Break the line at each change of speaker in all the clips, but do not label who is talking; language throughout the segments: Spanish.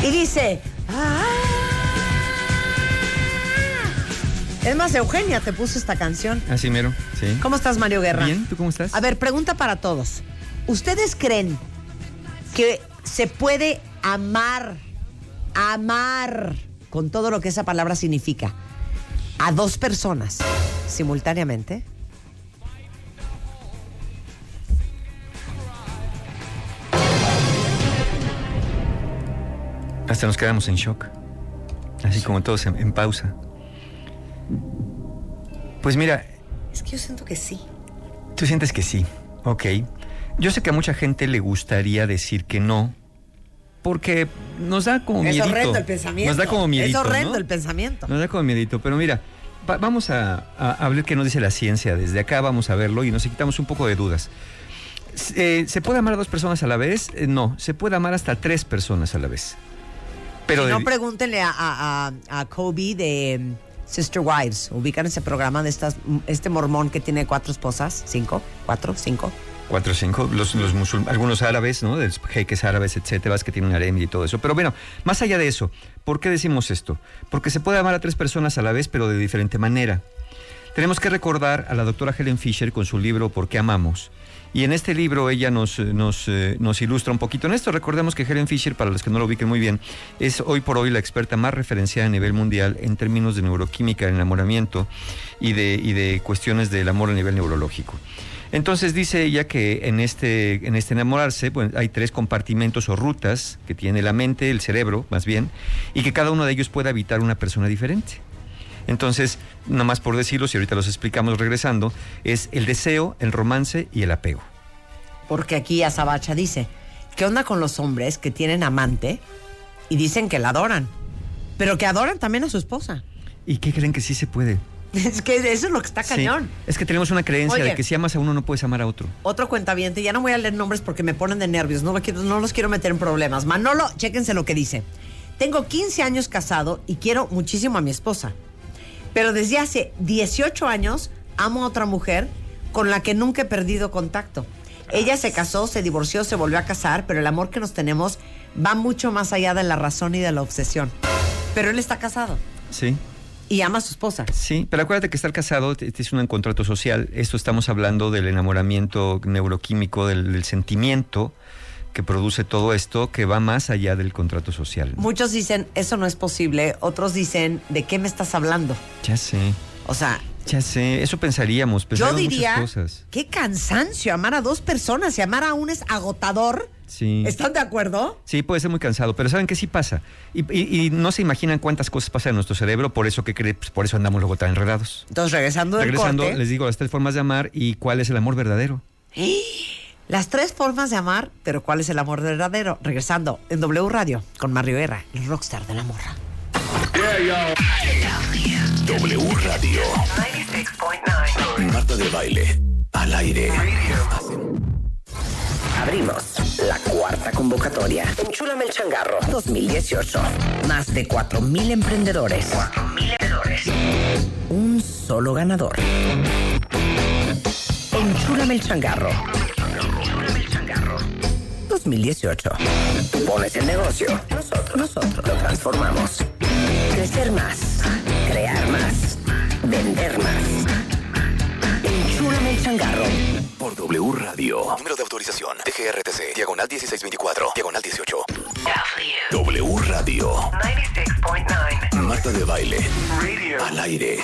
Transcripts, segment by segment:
Y dice... Es más, Eugenia te puso esta canción.
Así mero, sí.
¿Cómo estás, Mario Guerra?
Bien, ¿tú cómo estás?
A ver, pregunta para todos. ¿Ustedes creen que se puede amar, con todo lo que esa palabra significa, a dos personas simultáneamente?
Hasta nos quedamos en shock. Así como todos en pausa. Pues mira...
Es que yo siento que sí.
Tú sientes que sí, ok. Yo sé que a mucha gente le gustaría decir que no, porque nos da como miedito.
Es horrendo el pensamiento.
Nos da como miedito,
Es horrendo,
¿no?
el pensamiento.
Nos da como miedito, pero mira, vamos a ver qué nos dice la ciencia. Desde acá vamos a verlo y nos quitamos un poco de dudas. ¿Se puede amar a dos personas a la vez? No, se puede amar hasta 3 personas a la vez. Pero
si no, pregúntenle a Kobe de Sister Wives. Ubican ese programa de este mormón que tiene 4 esposas. 5, 4, 5.
4 o 5, los musulmanes, algunos árabes, ¿no? De los jeques árabes, etcétera, que tienen un harem y todo eso. Pero bueno, más allá de eso, ¿por qué decimos esto? Porque se puede amar a 3 personas a la vez, pero de diferente manera. Tenemos que recordar a la doctora Helen Fisher con su libro ¿Por qué amamos? Y en este libro ella nos ilustra un poquito en esto. Recordemos que Helen Fisher, para los que no lo ubiquen muy bien, es hoy por hoy la experta más referenciada a nivel mundial en términos de neuroquímica, enamoramiento y de cuestiones del amor a nivel neurológico. Entonces dice ella que en este enamorarse, pues, hay 3 compartimentos o rutas que tiene la mente, el cerebro más bien, y que cada uno de ellos puede habitar una persona diferente. Entonces, nada más por decirlo, si ahorita los explicamos regresando, es el deseo, el romance y el apego.
Porque aquí Azabacha dice, ¿qué onda con los hombres que tienen amante y dicen que la adoran? Pero que adoran también a su esposa.
¿Y qué creen que sí se puede?
Es que eso es lo que está cañón.
Sí, es que tenemos una creencia de que si amas a uno no puedes amar a otro.
Otro cuentaviente, ya no voy a leer nombres porque me ponen de nervios, no los quiero meter en problemas. Manolo, chéquense lo que dice. Tengo 15 años casado y quiero muchísimo a mi esposa. Pero desde hace 18 años amo a otra mujer con la que nunca he perdido contacto. Ella se casó, se divorció, se volvió a casar, pero el amor que nos tenemos va mucho más allá de la razón y de la obsesión. Pero él está casado.
Sí.
Y ama a su esposa.
Sí, pero acuérdate que estar casado es un contrato social. Esto estamos hablando del enamoramiento neuroquímico, del sentimiento que produce todo esto, que va más allá del contrato social.
Muchos dicen, eso no es posible. Otros dicen, ¿de qué me estás hablando?
Ya sé.
O sea...
Ya sé, eso pensaríamos
yo diría,
muchas cosas.
Qué cansancio amar a 2 personas y amar a uno es agotador.
Sí.
¿Están de acuerdo?
Sí, puede ser muy cansado, pero saben que sí pasa. Y no se imaginan cuántas cosas pasan en nuestro cerebro, por eso pues por eso andamos luego tan enredados.
Entonces, regresando,
les digo las 3 formas de amar y cuál es el amor verdadero.
Las 3 formas de amar, pero ¿cuál es el amor verdadero? Regresando en W Radio con Mario Guerra, el rockstar de la morra.
W Radio 96.9. Marta de Baile al aire.
Abrimos la 4ª convocatoria. Enchúlame el changarro 2018. Más de 4,000 emprendedores. Un solo ganador. Enchúlame el changarro 2018. Pones el negocio. Nosotros lo transformamos. Crecer más. Crear más. Vender más. Enchúlame el changarro.
Por W Radio. Número de autorización. DGRTC. Diagonal 1624. Diagonal 18. W Radio 96.9. Marta de Baile. Al aire.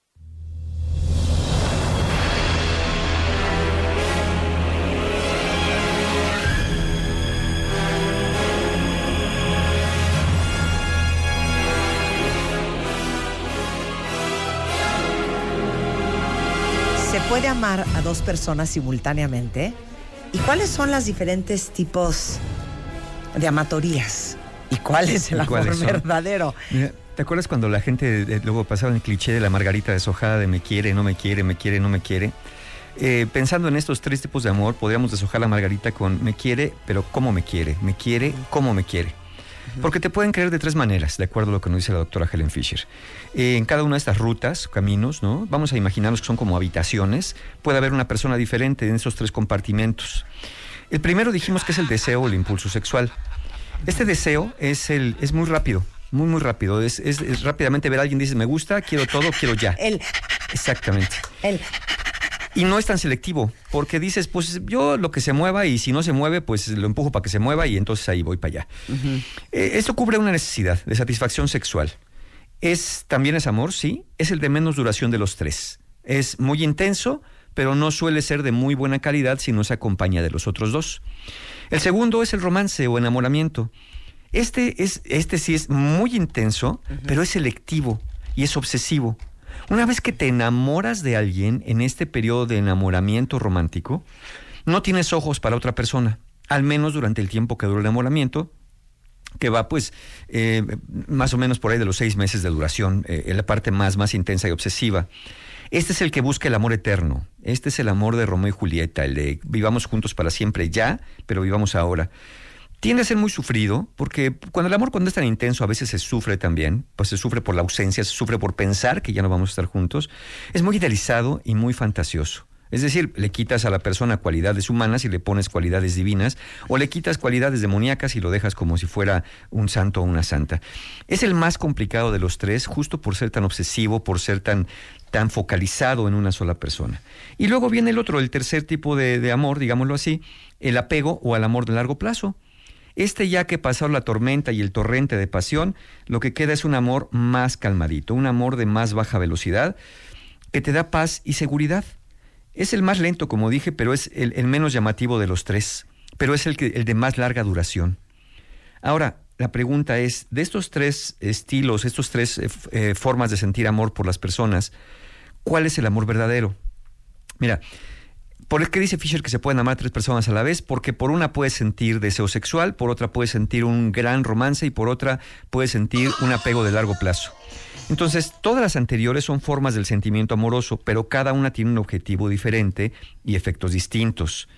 ¿Se puede amar a 2 personas simultáneamente? ¿Y cuáles son los diferentes tipos de amatorías? ¿Y cuál es el amor verdadero?
Mira, ¿te acuerdas cuando la gente luego pasaba el cliché de la margarita deshojada de me quiere, no me quiere, me quiere, no me quiere? Pensando en estos 3 tipos de amor, podríamos deshojar la margarita con me quiere, pero ¿cómo me quiere? Me quiere, ¿cómo me quiere? Porque te pueden querer de 3 maneras, de acuerdo a lo que nos dice la doctora Helen Fisher. En cada una de estas rutas, caminos, ¿no? Vamos a imaginarnos que son como habitaciones. Puede haber una persona diferente en esos 3 compartimentos. El primero dijimos que es el deseo o el impulso sexual. Este deseo es muy rápido, muy rápido. Es rápidamente ver a alguien, dices, me gusta, quiero todo, quiero ya. Exactamente. Y no es tan selectivo, porque dices, pues yo lo que se mueva, y si no se mueve, pues lo empujo para que se mueva y entonces ahí voy para allá. Esto cubre una necesidad de satisfacción sexual. También es amor, sí, es el de menos duración de los tres. Es muy intenso, pero no suele ser de muy buena calidad si no se acompaña de los otros dos. El segundo es el romance o enamoramiento. Este sí es muy intenso, pero es selectivo y es obsesivo. Una vez que te enamoras de alguien en este periodo de enamoramiento romántico, no tienes ojos para otra persona, al menos durante el tiempo que dura el enamoramiento, que va pues más o menos por ahí de los 6 meses de duración, en la parte más intensa y obsesiva. Este es el que busca el amor eterno. Este es el amor de Romeo y Julieta, el de vivamos juntos para siempre ya, pero vivamos ahora. Tiende a ser muy sufrido, porque cuando es tan intenso a veces se sufre también, pues se sufre por la ausencia, se sufre por pensar que ya no vamos a estar juntos. Es muy idealizado y muy fantasioso. Es decir, le quitas a la persona cualidades humanas y le pones cualidades divinas, o le quitas cualidades demoníacas y lo dejas como si fuera un santo o una santa. Es el más complicado de los tres, justo por ser tan obsesivo, por ser tan focalizado en una sola persona. Y luego viene el tercer tipo de amor, digámoslo así, el apego o el amor de largo plazo. Ya que pasaron la tormenta y el torrente de pasión, lo que queda es un amor más calmadito, un amor de más baja velocidad, que te da paz y seguridad. Es el más lento, como dije, pero es el menos llamativo de los tres, pero es el de más larga duración. Ahora, la pregunta es, de estos tres estilos, estos tres formas de sentir amor por las personas, ¿cuál es el amor verdadero? Mira, ¿por qué dice Fisher que se pueden amar a 3 personas a la vez? Porque por una puedes sentir deseo sexual, por otra puedes sentir un gran romance y por otra puedes sentir un apego de largo plazo. Entonces, todas las anteriores son formas del sentimiento amoroso, pero cada una tiene un objetivo diferente y efectos distintos.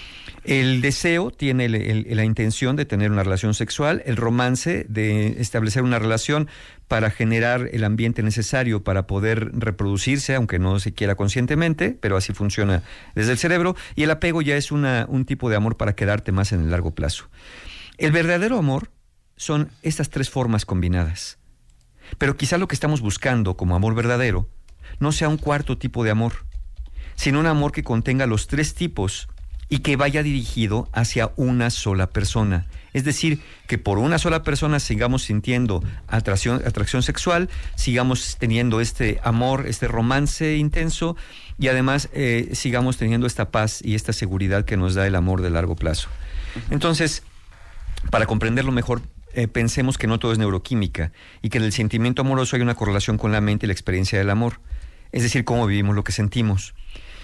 El deseo tiene la intención de tener una relación sexual, el romance de establecer una relación para generar el ambiente necesario para poder reproducirse, aunque no se quiera conscientemente, pero así funciona desde el cerebro, y el apego ya es un tipo de amor para quedarte más en el largo plazo. El verdadero amor son estas 3 formas combinadas, pero quizá lo que estamos buscando como amor verdadero no sea un cuarto tipo de amor, sino un amor que contenga los 3 tipos y que vaya dirigido hacia una sola persona. Es decir, que por una sola persona sigamos sintiendo atracción sexual, sigamos teniendo este amor, este romance intenso, y además sigamos teniendo esta paz y esta seguridad que nos da el amor de largo plazo. Entonces, para comprenderlo mejor, pensemos que no todo es neuroquímica y que en el sentimiento amoroso hay una correlación con la mente y la experiencia del amor. Es decir, cómo vivimos lo que sentimos.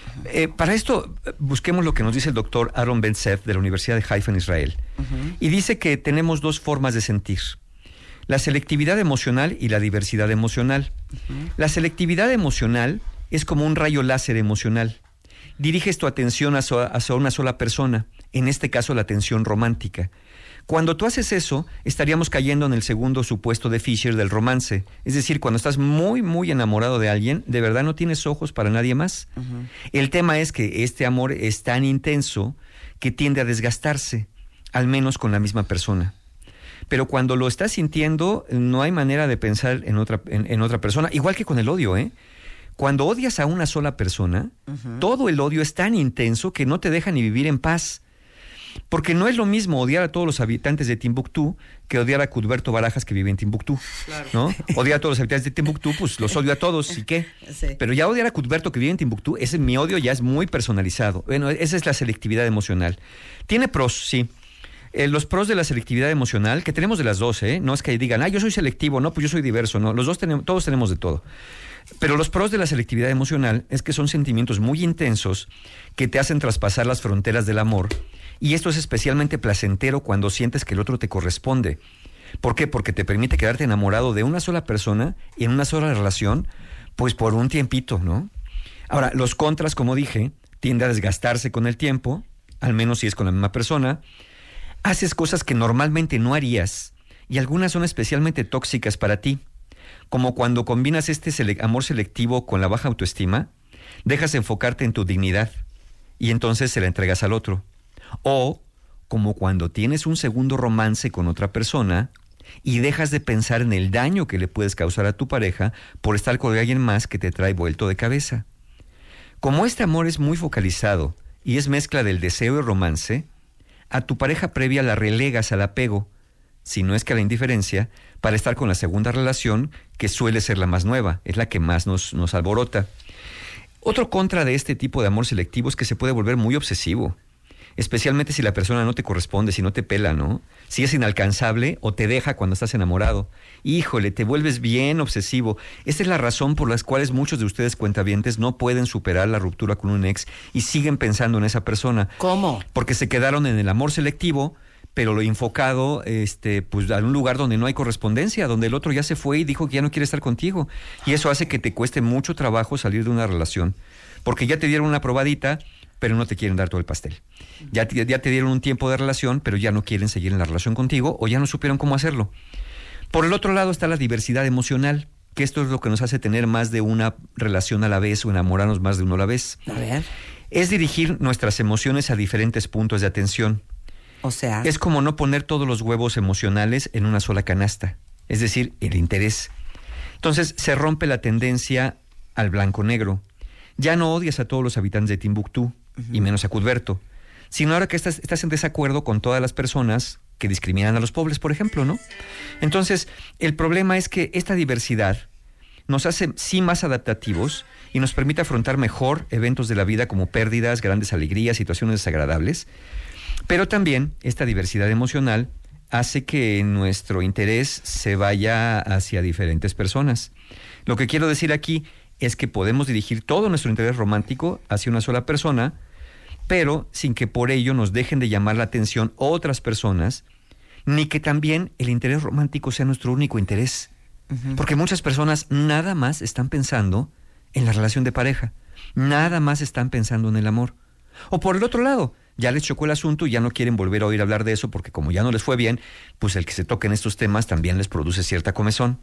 Para esto, busquemos lo que nos dice el doctor Aaron Ben-Zeev de la Universidad de Haifa en Israel. Y dice que tenemos 2 formas de sentir: la selectividad emocional y la diversidad emocional. La selectividad emocional es como un rayo láser emocional. Diriges tu atención hacia una sola persona, en este caso la atención romántica. Cuando tú haces eso, estaríamos cayendo en el segundo supuesto de Fisher del romance. Es decir, cuando estás muy, muy enamorado de alguien, de verdad no tienes ojos para nadie más. El tema es que este amor es tan intenso que tiende a desgastarse, al menos con la misma persona. Pero cuando lo estás sintiendo, no hay manera de pensar en otra persona, igual que con el odio, ¿eh? Cuando odias a una sola persona, todo el odio es tan intenso que no te deja ni vivir en paz. Porque no es lo mismo odiar a todos los habitantes de Timbuktu que odiar a Cudberto Barajas, que vive en Timbuktu, claro, ¿no? Odiar a todos los habitantes de Timbuktu, pues los odio a todos, ¿y qué? Sí. Pero ya odiar a Cudberto, que vive en Timbuktu, mi odio ya es muy personalizado. Bueno, esa es la selectividad emocional. Tiene pros, sí. Los pros de la selectividad emocional, que tenemos de las dos, no es que digan, yo soy selectivo, no, pues yo soy diverso, no, todos tenemos de todo. Pero los pros de la selectividad emocional es que son sentimientos muy intensos que te hacen traspasar las fronteras del amor. Y esto es especialmente placentero cuando sientes que el otro te corresponde. ¿Por qué? Porque te permite quedarte enamorado de una sola persona y en una sola relación, pues por un tiempito, ¿no? Ahora, los contras, como dije, tiende a desgastarse con el tiempo, al menos si es con la misma persona. Haces cosas que normalmente no harías y algunas son especialmente tóxicas para ti, como cuando combinas este amor selectivo con la baja autoestima, dejas de enfocarte en tu dignidad y entonces se la entregas al otro. O como cuando tienes un segundo romance con otra persona y dejas de pensar en el daño que le puedes causar a tu pareja por estar con alguien más que te trae vuelto de cabeza. Como este amor es muy focalizado y es mezcla del deseo y romance, a tu pareja previa la relegas al apego, si no es que a la indiferencia, para estar con la segunda relación, que suele ser la más nueva, es la que más nos alborota. Otro contra de este tipo de amor selectivo es que se puede volver muy obsesivo, especialmente si la persona no te corresponde, si no te pela, ¿no? Si es inalcanzable o te deja cuando estás enamorado. Híjole, te vuelves bien obsesivo. Esta es la razón por la cual muchos de ustedes cuentavientes no pueden superar la ruptura con un ex y siguen pensando en esa persona.
¿Cómo?
Porque se quedaron en el amor selectivo, pero lo enfocado, pues a un lugar donde no hay correspondencia, donde el otro ya se fue y dijo que ya no quiere estar contigo. Y eso hace que te cueste mucho trabajo salir de una relación. Porque ya te dieron una probadita, pero no te quieren dar todo el pastel. Ya te dieron un tiempo de relación, pero ya no quieren seguir en la relación contigo o ya no supieron cómo hacerlo. Por el otro lado está la diversidad emocional, que esto es lo que nos hace tener más de una relación a la vez o enamorarnos más de uno a la vez.
A ver.
Es dirigir nuestras emociones a diferentes puntos de atención.
O sea,
es como no poner todos los huevos emocionales en una sola canasta, es decir, el interés. Entonces se rompe la tendencia al blanco-negro. Ya no odias a todos los habitantes de Timbuktu, y menos a Cuthberto, sino ahora que estás en desacuerdo con todas las personas que discriminan a los pobres, por ejemplo, ¿no? Entonces, el problema es que esta diversidad nos hace sí más adaptativos y nos permite afrontar mejor eventos de la vida como pérdidas, grandes alegrías, situaciones desagradables, pero también esta diversidad emocional hace que nuestro interés se vaya hacia diferentes personas. Lo que quiero decir aquí es que podemos dirigir todo nuestro interés romántico hacia una sola persona, pero sin que por ello nos dejen de llamar la atención otras personas, ni que también el interés romántico sea nuestro único interés. Porque muchas personas nada más están pensando en la relación de pareja, nada más están pensando en el amor. O por el otro lado, ya les chocó el asunto y ya no quieren volver a oír hablar de eso porque como ya no les fue bien, pues el que se toquen estos temas también les produce cierta comezón.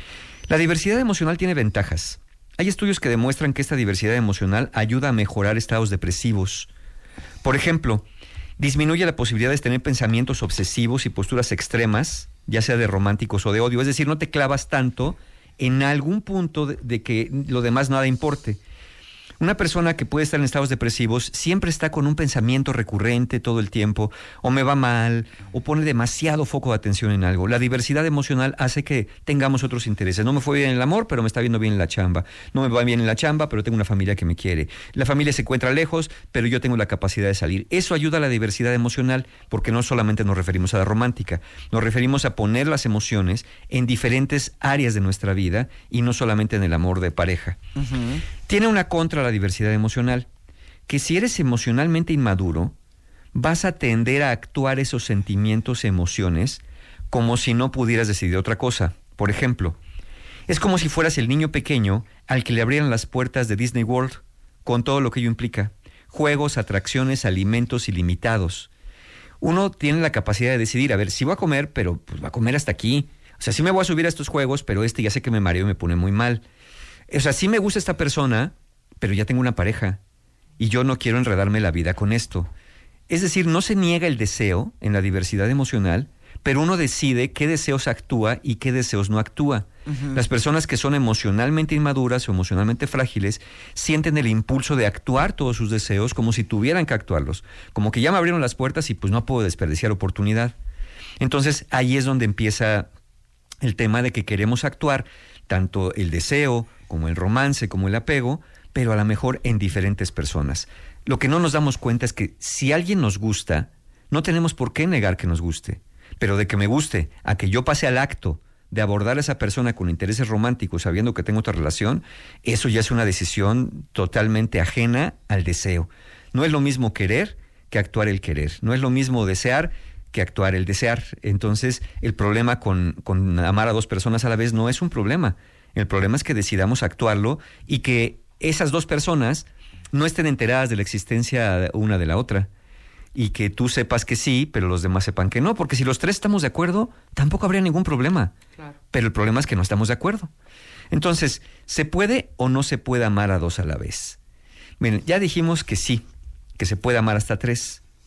La diversidad emocional tiene ventajas. Hay estudios que demuestran que esta diversidad emocional ayuda a mejorar estados depresivos. Por ejemplo, disminuye la posibilidad de tener pensamientos obsesivos y posturas extremas, ya sea de románticos o de odio. Es decir, no te clavas tanto en algún punto de que lo demás nada importe. Una persona que puede estar en estados depresivos siempre está con un pensamiento recurrente todo el tiempo, o me va mal, o pone demasiado foco de atención en algo. La diversidad emocional hace que tengamos otros intereses. No me fue bien en el amor, pero me está viendo bien en la chamba. No me va bien en la chamba, pero tengo una familia que me quiere. La familia se encuentra lejos, pero yo tengo la capacidad de salir. Eso ayuda a la diversidad emocional, porque no solamente nos referimos a la romántica, nos referimos a poner las emociones en diferentes áreas de nuestra vida y no solamente en el amor de pareja. Tiene una contra la diversidad emocional, que si eres emocionalmente inmaduro, vas a tender a actuar esos sentimientos, emociones, como si no pudieras decidir otra cosa. Por ejemplo, es como si fueras el niño pequeño al que le abrieran las puertas de Disney World, con todo lo que ello implica. Juegos, atracciones, alimentos ilimitados. Uno tiene la capacidad de decidir, a ver, si voy a comer, pero pues voy a comer hasta aquí. O sea, sí me voy a subir a estos juegos, pero ya sé que me mareo y me pone muy mal. O sea, sí me gusta esta persona, pero ya tengo una pareja y yo no quiero enredarme la vida con esto. Es decir, no se niega el deseo en la diversidad emocional, pero uno decide qué deseos actúa y qué deseos no actúa. Las personas que son emocionalmente inmaduras o emocionalmente frágiles sienten el impulso de actuar todos sus deseos como si tuvieran que actuarlos, como que ya me abrieron las puertas y pues no puedo desperdiciar oportunidad. Entonces ahí es donde empieza el tema de que queremos actuar tanto el deseo como el romance, como el apego, pero a lo mejor en diferentes personas. Lo que no nos damos cuenta es que si alguien nos gusta, no tenemos por qué negar que nos guste, pero de que me guste a que yo pase al acto de abordar a esa persona con intereses románticos sabiendo que tengo otra relación, eso ya es una decisión totalmente ajena al deseo. No es lo mismo querer que actuar el querer, no es lo mismo desear que actuar el desear. Entonces el problema con amar a dos personas a la vez no es un problema. El problema es que decidamos actuarlo y que esas dos personas no estén enteradas de la existencia una de la otra y que tú sepas que sí, pero los demás sepan que no, porque si los tres estamos de acuerdo, tampoco habría ningún problema. Claro. Pero el problema es que no estamos de acuerdo. Entonces, ¿se puede o no se puede amar a dos a la vez? Miren, ya dijimos que sí, que se puede amar hasta tres,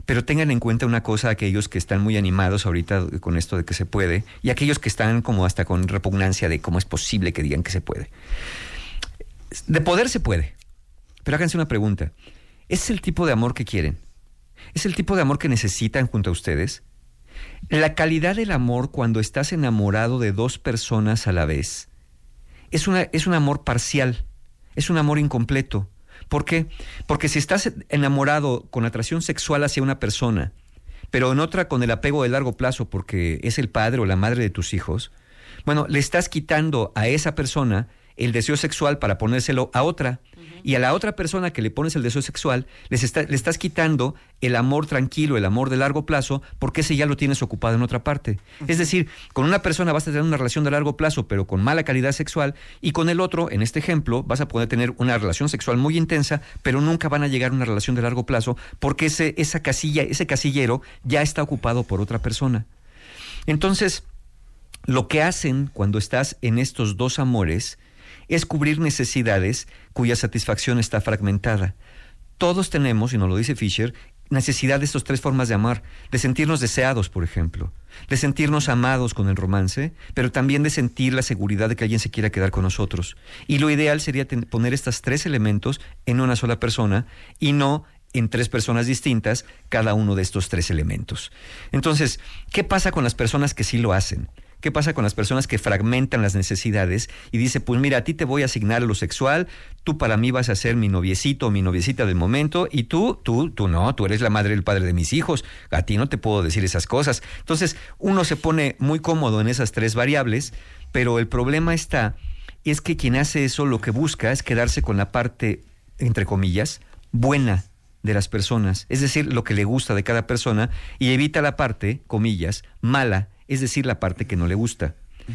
Pero tengan en cuenta una cosa, aquellos que están muy animados ahorita con esto de que se puede, y aquellos que están como hasta con repugnancia de cómo es posible que digan que se puede. De poder se puede, pero háganse una pregunta. ¿Es el tipo de amor que quieren? ¿Es el tipo de amor que necesitan junto a ustedes? La calidad del amor cuando estás enamorado de dos personas a la vez es un amor parcial, es un amor incompleto. ¿Por qué? Porque si estás enamorado con atracción sexual hacia una persona, pero en otra con el apego de largo plazo porque es el padre o la madre de tus hijos, bueno, le estás quitando a esa persona el deseo sexual para ponérselo a otra. Y a la otra persona que le pones el deseo sexual, le estás quitando el amor tranquilo, el amor de largo plazo, porque ese ya lo tienes ocupado en otra parte. Es decir, con una persona vas a tener una relación de largo plazo, pero con mala calidad sexual, y con el otro, en este ejemplo, vas a poder tener una relación sexual muy intensa, pero nunca van a llegar a una relación de largo plazo, porque ese casillero ya está ocupado por otra persona. Entonces, lo que hacen cuando estás en estos dos amores es cubrir necesidades cuya satisfacción está fragmentada. Todos tenemos, y nos lo dice Fisher, necesidad de estas tres formas de amar, de sentirnos deseados, por ejemplo, de sentirnos amados con el romance, pero también de sentir la seguridad de que alguien se quiera quedar con nosotros. Y lo ideal sería poner estos tres elementos en una sola persona y no en tres personas distintas cada uno de estos tres elementos. Entonces, ¿qué pasa con las personas que sí lo hacen? ¿Qué pasa con las personas que fragmentan las necesidades y dice, pues mira, a ti te voy a asignar lo sexual, tú para mí vas a ser mi noviecito o mi noviecita del momento, y tú no, tú eres la madre y el padre de mis hijos, a ti no te puedo decir esas cosas. Entonces, uno se pone muy cómodo en esas tres variables, pero el problema es que quien hace eso lo que busca es quedarse con la parte, entre comillas, buena de las personas, es decir, lo que le gusta de cada persona, y evita la parte, comillas, mala, es decir, la parte que no le gusta.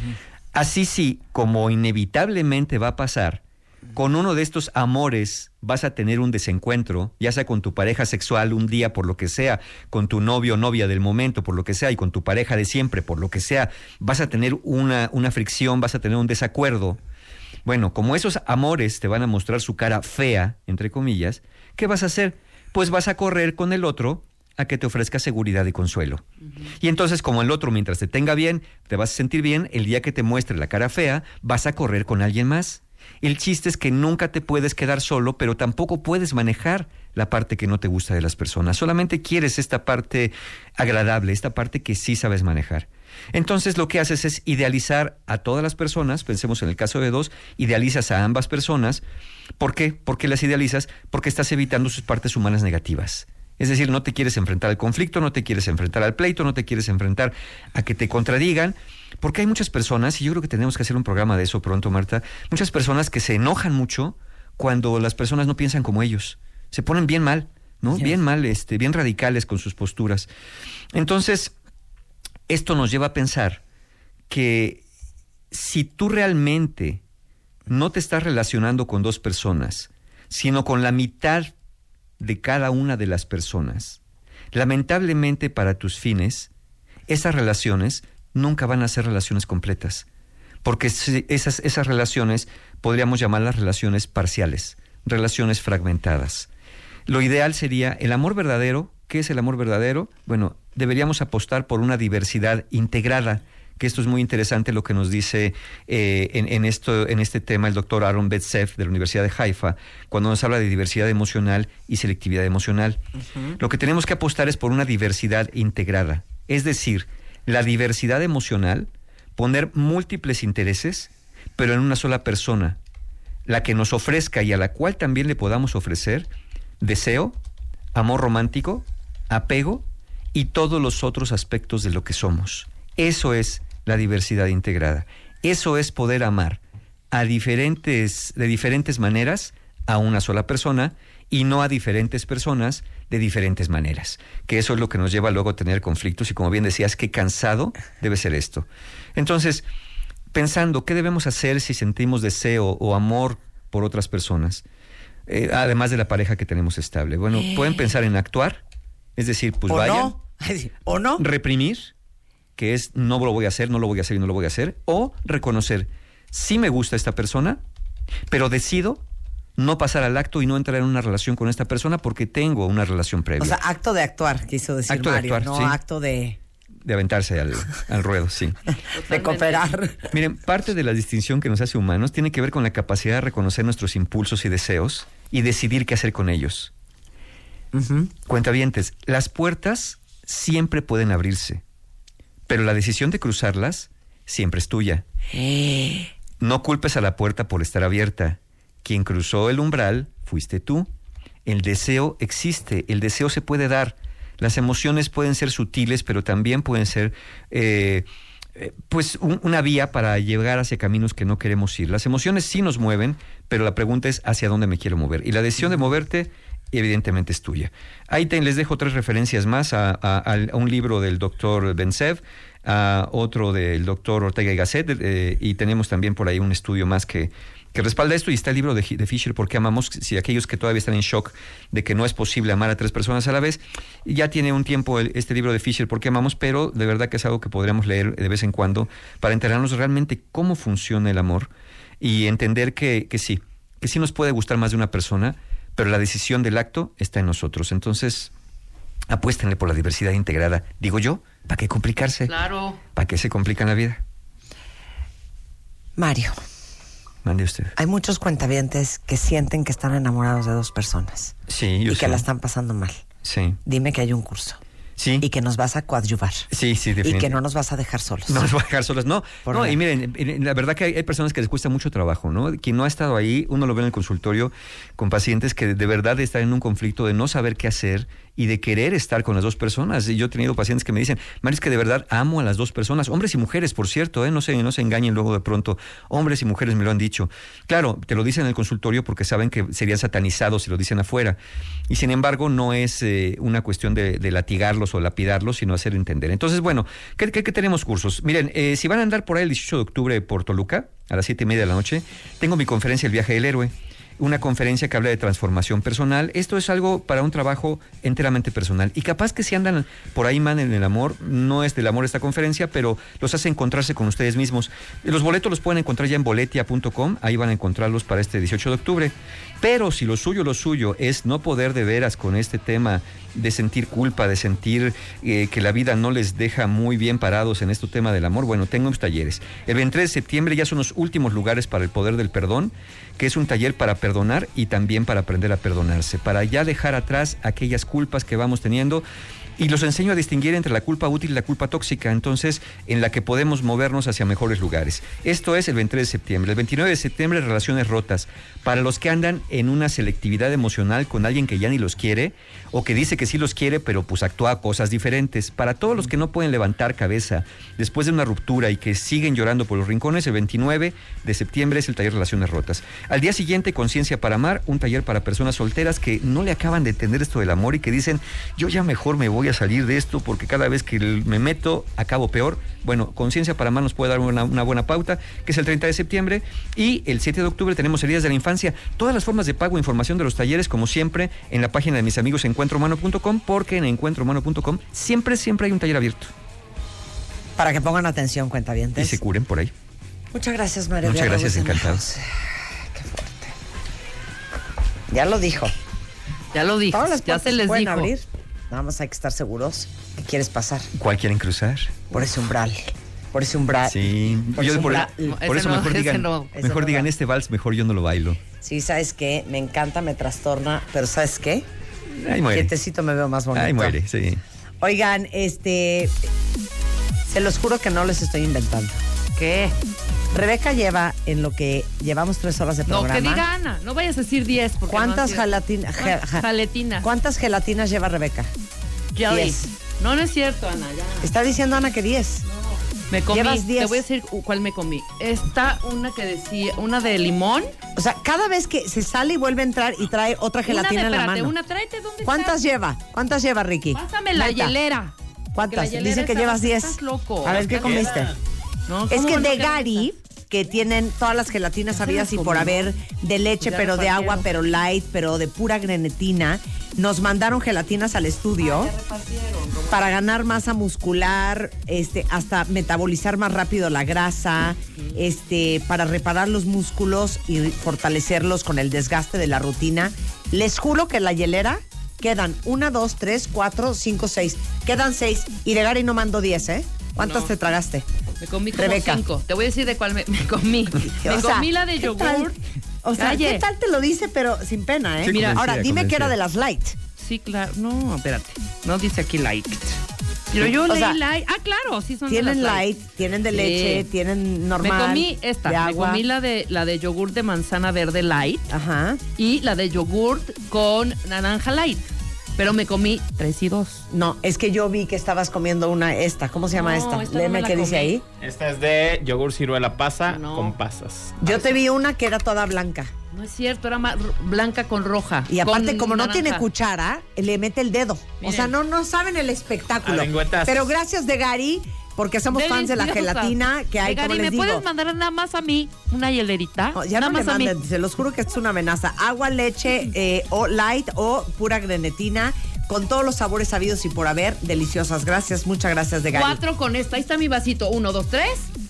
Así sí, como inevitablemente va a pasar, con uno de estos amores vas a tener un desencuentro, ya sea con tu pareja sexual un día por lo que sea, con tu novio o novia del momento por lo que sea, y con tu pareja de siempre por lo que sea, vas a tener una fricción, vas a tener un desacuerdo. Bueno, como esos amores te van a mostrar su cara fea, entre comillas, ¿qué vas a hacer? Pues vas a correr con el otro a que te ofrezca seguridad y consuelo. Y entonces, como el otro, mientras te tenga bien, te vas a sentir bien, el día que te muestre la cara fea, vas a correr con alguien más. El chiste es que nunca te puedes quedar solo, pero tampoco puedes manejar la parte que no te gusta de las personas. Solamente quieres esta parte agradable, esta parte que sí sabes manejar. Entonces, lo que haces es idealizar a todas las personas. Pensemos en el caso de dos, idealizas a ambas personas. ¿Por qué? ¿Por qué las idealizas? Porque estás evitando sus partes humanas negativas. Es decir, no te quieres enfrentar al conflicto, no te quieres enfrentar al pleito, no te quieres enfrentar a que te contradigan, porque hay muchas personas, y yo creo que tenemos que hacer un programa de eso pronto, Marta, muchas personas que se enojan mucho cuando las personas no piensan como ellos. Se ponen bien mal, ¿no? Sí. Bien mal, bien radicales con sus posturas. Entonces, esto nos lleva a pensar que si tú realmente no te estás relacionando con dos personas, sino con la mitad de cada una de las personas, lamentablemente para tus fines, esas relaciones nunca van a ser relaciones completas, porque esas relaciones podríamos llamarlas relaciones parciales, relaciones fragmentadas. Lo ideal sería el amor verdadero. ¿Qué es el amor verdadero? Bueno, deberíamos apostar por una diversidad integrada, que esto es muy interesante lo que nos dice en este tema el doctor Aaron Betzeff de la Universidad de Haifa, cuando nos habla de diversidad emocional y selectividad emocional. Lo que tenemos que apostar es por una diversidad integrada, es decir, la diversidad emocional, poner múltiples intereses, pero en una sola persona, la que nos ofrezca y a la cual también le podamos ofrecer deseo, amor romántico, apego y todos los otros aspectos de lo que somos. Eso es la diversidad integrada. Eso es poder amar de diferentes maneras a una sola persona y no a diferentes personas de diferentes maneras. Que eso es lo que nos lleva luego a tener conflictos y, como bien decías, qué cansado debe ser esto. Entonces, pensando, ¿qué debemos hacer si sentimos deseo o amor por otras personas? Además de la pareja que tenemos estable. Bueno, pueden pensar en actuar, es decir, pues vayan.
¿O no?
Reprimir, que es no lo voy a hacer, no lo voy a hacer y no lo voy a hacer, o reconocer, sí me gusta esta persona, pero decido no pasar al acto y no entrar en una relación con esta persona porque tengo una relación previa.
O sea, acto de actuar, quiso decir
acto
Mario,
de actuar,
no
sí.
acto de
aventarse al ruedo, sí.
de cooperar.
Miren, parte de la distinción que nos hace humanos tiene que ver con la capacidad de reconocer nuestros impulsos y deseos y decidir qué hacer con ellos. Cuentavientes, las puertas siempre pueden abrirse, pero la decisión de cruzarlas siempre es tuya. No culpes a la puerta por estar abierta. Quien cruzó el umbral fuiste tú. El deseo existe, el deseo se puede dar. Las emociones pueden ser sutiles, pero también pueden ser una vía para llegar hacia caminos que no queremos ir. Las emociones sí nos mueven, pero la pregunta es hacia dónde me quiero mover. Y la decisión de moverte evidentemente es tuya. Ahí les dejo 3 referencias más a un libro del doctor Bensev, a otro del doctor Ortega y Gasset, y tenemos también por ahí un estudio más que respalda esto, y está el libro de Fisher, ¿Por qué amamos? Si aquellos que todavía están en shock de que no es posible amar a 3 personas a la vez, ya tiene un tiempo este libro de Fisher, ¿Por qué amamos? Pero de verdad que es algo que podríamos leer de vez en cuando para enterarnos realmente cómo funciona el amor y entender que sí nos puede gustar más de una persona, pero la decisión del acto está en nosotros. Entonces, apuéstenle por la diversidad integrada. Digo yo, ¿para qué complicarse?
Claro.
¿Para qué se complican la vida?
Mario.
Mande usted.
Hay muchos cuentavientes que sienten que están enamorados de 2 personas.
Sí, yo
y
sé.
que la están pasando mal.
Sí.
Dime que hay un curso.
Sí.
Y que nos vas a coadyuvar.
Sí, definitivamente.
Y que no nos vas a dejar solos.
No nos va a dejar solos, no. No, y miren, la verdad que hay personas que les cuesta mucho trabajo, ¿no? Quien no ha estado ahí, uno lo ve en el consultorio con pacientes que de verdad están en un conflicto de no saber qué hacer y de querer estar con las 2 personas. Y yo he tenido pacientes que me dicen, Mario, es que de verdad amo a las 2 personas, hombres y mujeres, por cierto, no se engañen luego de pronto, hombres y mujeres me lo han dicho. Claro, te lo dicen en el consultorio porque saben que serían satanizados si lo dicen afuera. Y sin embargo, no es una cuestión de latigarlos o lapidarlos, sino hacer entender. Entonces, bueno, ¿qué tenemos cursos? Miren, si van a andar por ahí el 18 de octubre por Toluca, a las 7:30 de la noche, tengo mi conferencia El Viaje del Héroe. Una conferencia que habla de transformación personal. Esto es algo para un trabajo enteramente personal. Y capaz que si andan por ahí man en el amor, no es del amor esta conferencia, pero los hace encontrarse con ustedes mismos. Los boletos los pueden encontrar ya en boletia.com, ahí van a encontrarlos para este 18 de octubre. Pero si lo suyo es no poder de veras con este tema de sentir culpa, de sentir que la vida no les deja muy bien parados en este tema del amor, bueno, tengo unos talleres. El 23 de septiembre ya son los últimos lugares para el poder del perdón, que es un taller para perdonar y también para aprender a perdonarse, para ya dejar atrás aquellas culpas que vamos teniendo. Y los enseño a distinguir entre la culpa útil y la culpa tóxica, entonces, en la que podemos movernos hacia mejores lugares. Esto es el 23 de septiembre. El 29 de septiembre, relaciones rotas. Para los que andan en una selectividad emocional con alguien que ya ni los quiere, o que dice que sí los quiere, pero pues actúa cosas diferentes. Para todos los que no pueden levantar cabeza después de una ruptura y que siguen llorando por los rincones, el 29 de septiembre es el taller Relaciones Rotas. Al día siguiente, Conciencia para Amar, un taller para personas solteras que no le acaban de entender esto del amor y que dicen, yo ya mejor me voy a salir de esto porque cada vez que me meto acabo peor. Bueno, Conciencia para Amar nos puede dar una buena pauta, que es el 30 de septiembre, y el 7 de octubre tenemos Heridas de la Infancia. Todas las formas de pago e información de los talleres, como siempre, en la página de mis amigos encuentrohumano.com, porque en encuentrohumano.com siempre hay un taller abierto.
Para que pongan atención, cuentavientes.
Y se curen por ahí.
Muchas gracias, María.
Muchas gracias, encantado.
Qué fuerte. Ya lo dijo.
Ya lo dijo.
Todas las
Ya se les
pueden
dijo.
abrir. Nada más hay que estar seguros que quieres pasar.
¿Cuál quieren cruzar?
Por ese umbral. Por ese umbral.
Sí. Por eso mejor digan este vals, mejor yo no lo bailo.
Sí, ¿sabes qué? Me encanta, me trastorna, pero ¿sabes qué?
Ahí muere.
Quietecito me veo más bonito.
Ahí muere, sí.
Oigan, se los juro que no les estoy inventando.
¿Qué?
Rebeca lleva, en lo que llevamos 3 horas de programa.
No, que diga Ana. No vayas a decir 10. Porque
¿Cuántas
no
gelatinas? ¿Cuántas gelatinas lleva Rebeca?
Jelly.
10.
No es cierto, Ana. Ya.
Está diciendo Ana que 10.
Me comí.
Llevas 10.
Te voy a decir cuál me comí. Está una que decía, una de limón.
O sea, cada vez que se sale y vuelve a entrar y trae otra gelatina en la mano.
Tráete, ¿dónde
¿Cuántas
está?
lleva? ¿Cuántas lleva, Ricky?
Pásame la
Neta.
hielera.
¿Cuántas?
Que la hielera
Dice que
está-
llevas 10.
Estás loco.
A ver, ¿qué comiste?
No,
Es
¿cómo
que
no?
de
¿Qué
Gary, que tienen todas las gelatinas habidas y por haber, de leche,
Ya
pero de
repartieron.
agua, pero light, pero de pura grenetina. Nos mandaron gelatinas al estudio para ganar masa muscular, hasta metabolizar más rápido la grasa, para reparar los músculos y fortalecerlos con el desgaste de la rutina. Les juro que en la hielera quedan 1, 2, 3, 4, 5, 6. Quedan 6 y de Gary no mando 10, ¿eh? ¿Cuántas
No.
te tragaste?
Me comí como
Rebeca.
5. Te voy a decir de cuál me comí. Me
O sea,
comí la de
¿qué tal?
yogur.
O sea,
Calle.
¿qué tal te lo dice, pero sin pena, eh?
Sí,
Mira,
convencida,
ahora dime que era
convencida.
de las light.
Sí, claro. No, espérate. No dice aquí light. Pero yo
O
leí
sea,
light. Ah, claro, sí son de
Tienen
las
light, tienen de
Sí.
leche, tienen normal.
Me comí esta.
de
Me
agua.
comí la de yogur de manzana verde light
Ajá.
y la de yogur con naranja light. Pero me comí 3 y 2.
No, es que yo vi que estabas comiendo esta. ¿Cómo se llama
No,
esta?
esta no
Léeme
me la
qué dice
comí.
ahí.
Esta es de yogur ciruela pasa
No.
con pasas.
Yo te vi una que era toda blanca.
No es cierto, era más blanca con roja.
Y aparte,
con
como no
naranja.
tiene cuchara, le mete el dedo.
Miren.
O sea, no saben el espectáculo.
A lengüetazos.
Pero gracias de Gary, porque somos fans de la
Deliciosa.
gelatina que hay,
Gary,
como les
¿me
digo.
puedes mandar nada más a mí una hielerita?
No, ya
nada
no me
más a mí.
manden, se los juro que es una amenaza. Agua, leche, o light o pura grenetina, con todos los sabores sabidos y por haber, deliciosas. Gracias, muchas gracias de Gary.
4 con esta. Ahí está mi vasito. 1, 2, 3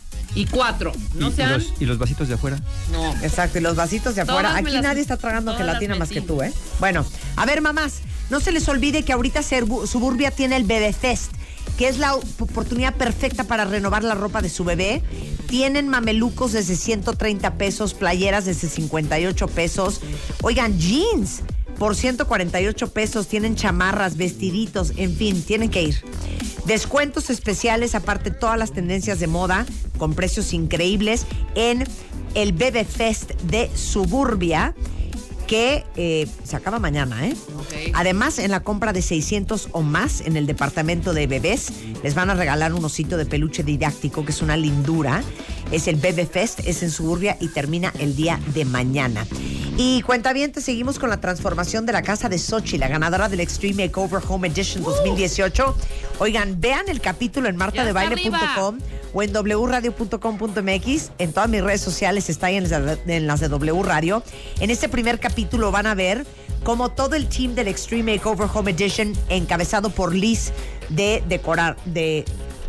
y 4. No sean.
¿Y los vasitos de afuera?
No.
Exacto, y los vasitos de afuera.
Todas me
Aquí
las-
nadie está tragando
todas
gelatina
las
más que
metí.
tú, ¿eh? Bueno, a ver, mamás, no se les olvide que ahorita Suburbia tiene el Bebé Fest, que es la oportunidad perfecta para renovar la ropa de su bebé. Tienen mamelucos desde 130 pesos, playeras desde 58 pesos. Oigan, jeans por 148 pesos, tienen chamarras, vestiditos, en fin, tienen que ir. Descuentos especiales, aparte todas las tendencias de moda, con precios increíbles en el Bebé Fest de Suburbia, que se acaba mañana, ¿eh?
Ok.
Además, en la compra de 600 o más en el departamento de bebés, les van a regalar un osito de peluche didáctico, que es una lindura. Es el Bebé Fest, es en Suburbia y termina el día de mañana. Y cuentavientes, seguimos con la transformación de la casa de Xochitl, la ganadora del Extreme Makeover Home Edition 2018. Oigan, vean el capítulo en martadebaile.com o en wradio.com.mx. En todas mis redes sociales está ahí en las de W Radio. En este primer capítulo van a ver cómo todo el team del Extreme Makeover Home Edition, encabezado por Liz de Decorar, de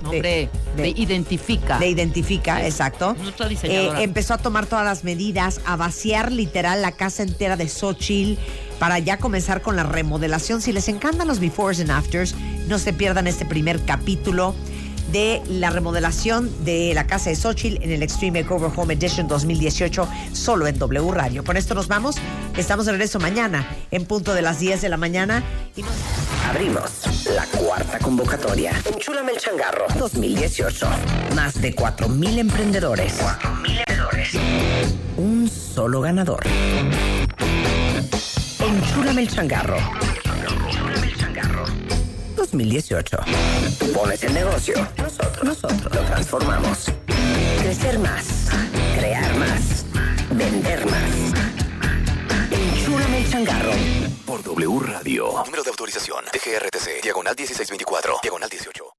Identifica.
de Identifica, exacto.
Nuestra diseñadora.
Empezó a tomar todas las medidas, a vaciar literal la casa entera de Xochitl para ya comenzar con la remodelación. Si les encantan los befores and afters, no se pierdan este primer capítulo de la remodelación de la casa de Xochitl en el Extreme Makeover Home Edition 2018, solo en W Radio. Con esto nos vamos. Estamos de regreso mañana en punto de las 10 de la mañana.
Abrimos la cuarta convocatoria. Enchúlame el changarro 2018. Más de 4,000 emprendedores. 4,000 emprendedores. Un solo ganador. Enchúlame el changarro. Enchúlame el changarro 2018. Tú pones el negocio. Nosotros lo transformamos. Crecer más. Crear más. Vender más. Enchúlame el changarro.
Por W Radio. Número de autorización. DGRTC. Diagonal 1624. Diagonal 18.